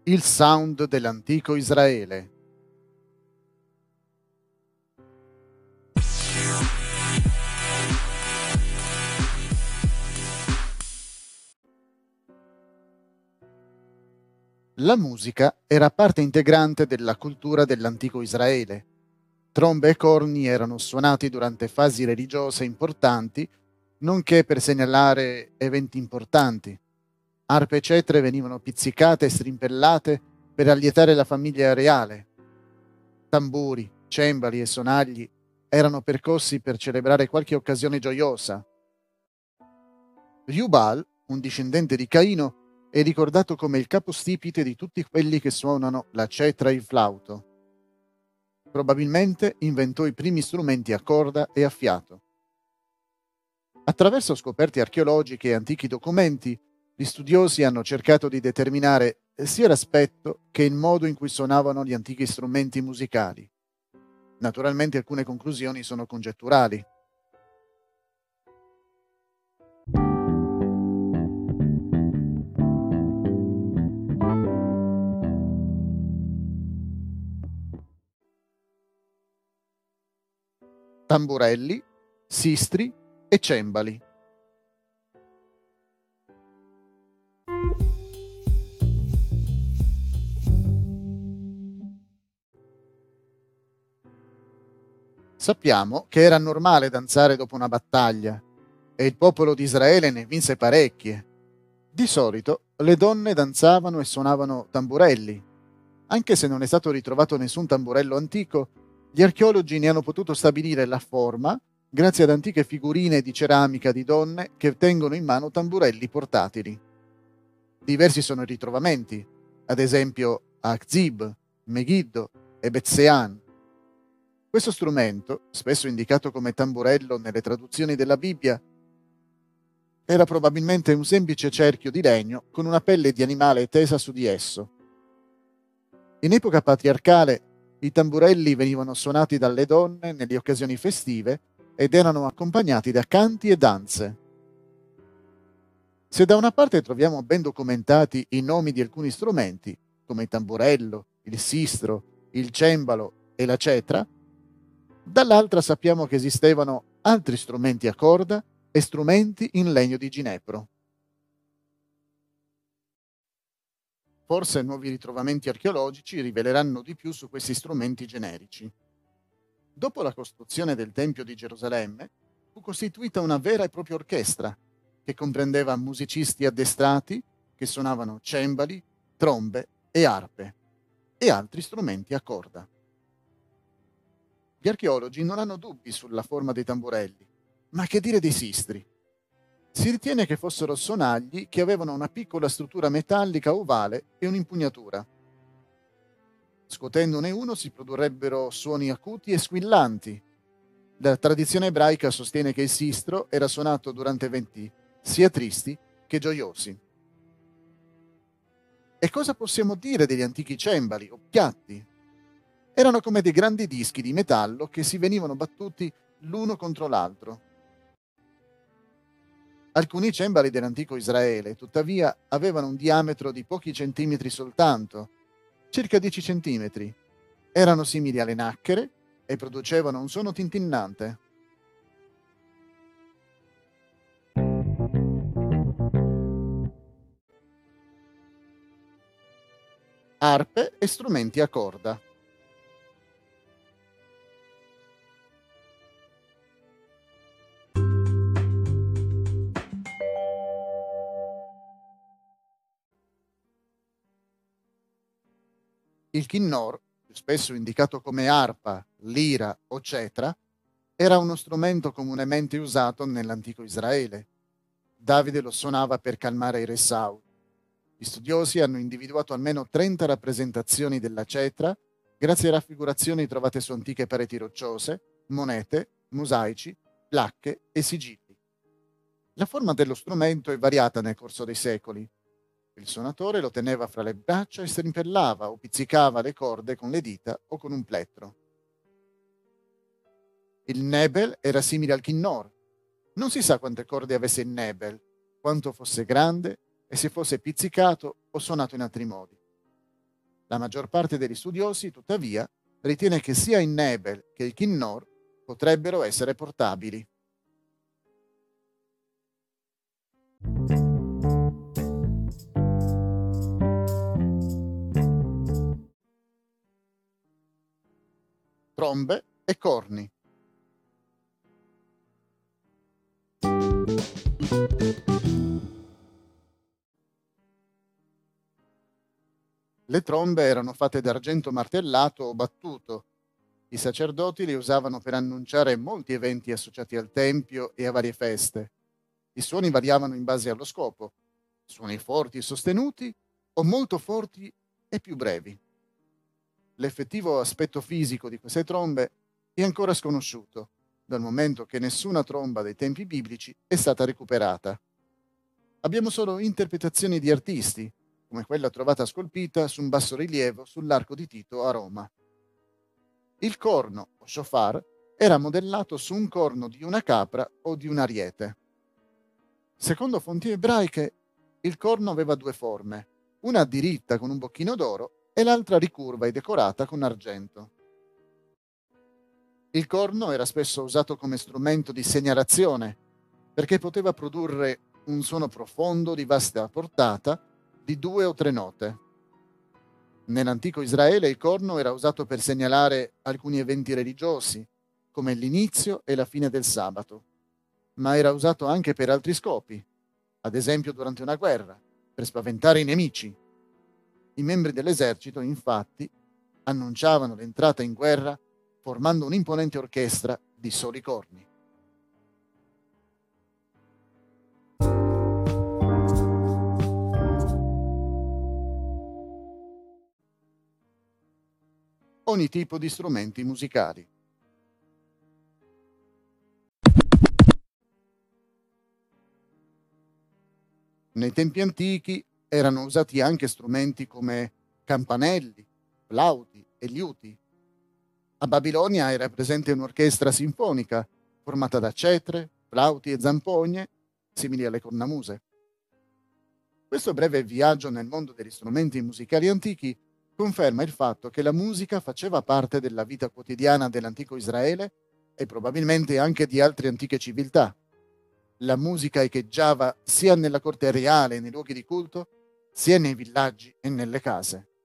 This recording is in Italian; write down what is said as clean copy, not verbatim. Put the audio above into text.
Il sound dell'antico Israele. La musica era parte integrante della cultura dell'antico Israele. Trombe e corni erano suonati durante fasi religiose importanti, nonché per segnalare eventi importanti. Arpe e cetre venivano pizzicate e strimpellate per allietare la famiglia reale. Tamburi, cembali e sonagli erano percossi per celebrare qualche occasione gioiosa. Jubal, un discendente di Caino, è ricordato come il capostipite di tutti quelli che suonano la cetra e il flauto. Probabilmente inventò i primi strumenti a corda e a fiato. Attraverso scoperte archeologiche e antichi documenti, gli studiosi hanno cercato di determinare sia l'aspetto che il modo in cui suonavano gli antichi strumenti musicali. Naturalmente alcune conclusioni sono congetturali. Tamburelli, sistri e cembali. Sappiamo che era normale danzare dopo una battaglia e il popolo di Israele ne vinse parecchie. Di solito le donne danzavano e suonavano tamburelli. Anche se non è stato ritrovato nessun tamburello antico, gli archeologi ne hanno potuto stabilire la forma grazie ad antiche figurine di ceramica di donne che tengono in mano tamburelli portatili. Diversi sono i ritrovamenti, ad esempio a Akzib, Megiddo e Bet-Sean. Questo strumento, spesso indicato come tamburello nelle traduzioni della Bibbia, era probabilmente un semplice cerchio di legno con una pelle di animale tesa su di esso. In epoca patriarcale, i tamburelli venivano suonati dalle donne nelle occasioni festive ed erano accompagnati da canti e danze. Se da una parte troviamo ben documentati i nomi di alcuni strumenti, come il tamburello, il sistro, il cembalo e la cetra, dall'altra sappiamo che esistevano altri strumenti a corda e strumenti in legno di ginepro. Forse nuovi ritrovamenti archeologici riveleranno di più su questi strumenti generici. Dopo la costruzione del Tempio di Gerusalemme, fu costituita una vera e propria orchestra, che comprendeva musicisti addestrati che suonavano cembali, trombe e arpe, e altri strumenti a corda. Gli archeologi non hanno dubbi sulla forma dei tamburelli, ma che dire dei sistri? Si ritiene che fossero sonagli che avevano una piccola struttura metallica ovale e un'impugnatura. Scuotendone uno si produrrebbero suoni acuti e squillanti. La tradizione ebraica sostiene che il sistro era suonato durante eventi sia tristi che gioiosi. E cosa possiamo dire degli antichi cembali o piatti? Erano come dei grandi dischi di metallo che si venivano battuti l'uno contro l'altro. Alcuni cembali dell'antico Israele, tuttavia, avevano un diametro di pochi centimetri soltanto, circa 10 centimetri. Erano simili alle nacchere e producevano un suono tintinnante. Arpe e strumenti a corda. Il kinnor, più spesso indicato come arpa, lira o cetra, era uno strumento comunemente usato nell'antico Israele. Davide lo suonava per calmare i re Saul. Gli studiosi hanno individuato almeno 30 rappresentazioni della cetra grazie a raffigurazioni trovate su antiche pareti rocciose, monete, mosaici, placche e sigilli. La forma dello strumento è variata nel corso dei secoli. Il suonatore lo teneva fra le braccia e strimpellava o pizzicava le corde con le dita o con un plettro. Il nebel era simile al kinnor. Non si sa quante corde avesse il nebel, quanto fosse grande e se fosse pizzicato o suonato in altri modi. La maggior parte degli studiosi, tuttavia, ritiene che sia il Nebel che il Kinnor potrebbero essere portabili. Trombe e corni. Le trombe erano fatte d'argento martellato o battuto. I sacerdoti le usavano per annunciare molti eventi associati al tempio e a varie feste. I suoni variavano in base allo scopo: suoni forti e sostenuti o molto forti e più brevi. L'effettivo aspetto fisico di queste trombe è ancora sconosciuto, dal momento che nessuna tromba dei tempi biblici è stata recuperata. Abbiamo solo interpretazioni di artisti, come quella trovata scolpita su un bassorilievo sull'Arco di Tito a Roma. Il corno, o shofar, era modellato su un corno di una capra o di un ariete. Secondo fonti ebraiche, il corno aveva due forme, una diritta con un bocchino d'oro e l'altra ricurva e decorata con argento. Il corno era spesso usato come strumento di segnalazione, perché poteva produrre un suono profondo di vasta portata di 2 o 3 note. Nell'antico Israele il corno era usato per segnalare alcuni eventi religiosi, come l'inizio e la fine del sabato, ma era usato anche per altri scopi, ad esempio durante una guerra, per spaventare i nemici. I membri dell'esercito, infatti, annunciavano l'entrata in guerra formando un'imponente orchestra di soli corni. Ogni tipo di strumenti musicali. Nei tempi antichi erano usati anche strumenti come campanelli, flauti e liuti. A Babilonia era presente un'orchestra sinfonica formata da cetre, flauti e zampogne, simili alle cornamuse. Questo breve viaggio nel mondo degli strumenti musicali antichi conferma il fatto che la musica faceva parte della vita quotidiana dell'antico Israele e probabilmente anche di altre antiche civiltà. La musica echeggiava sia nella corte reale e nei luoghi di culto, sia nei villaggi e nelle case.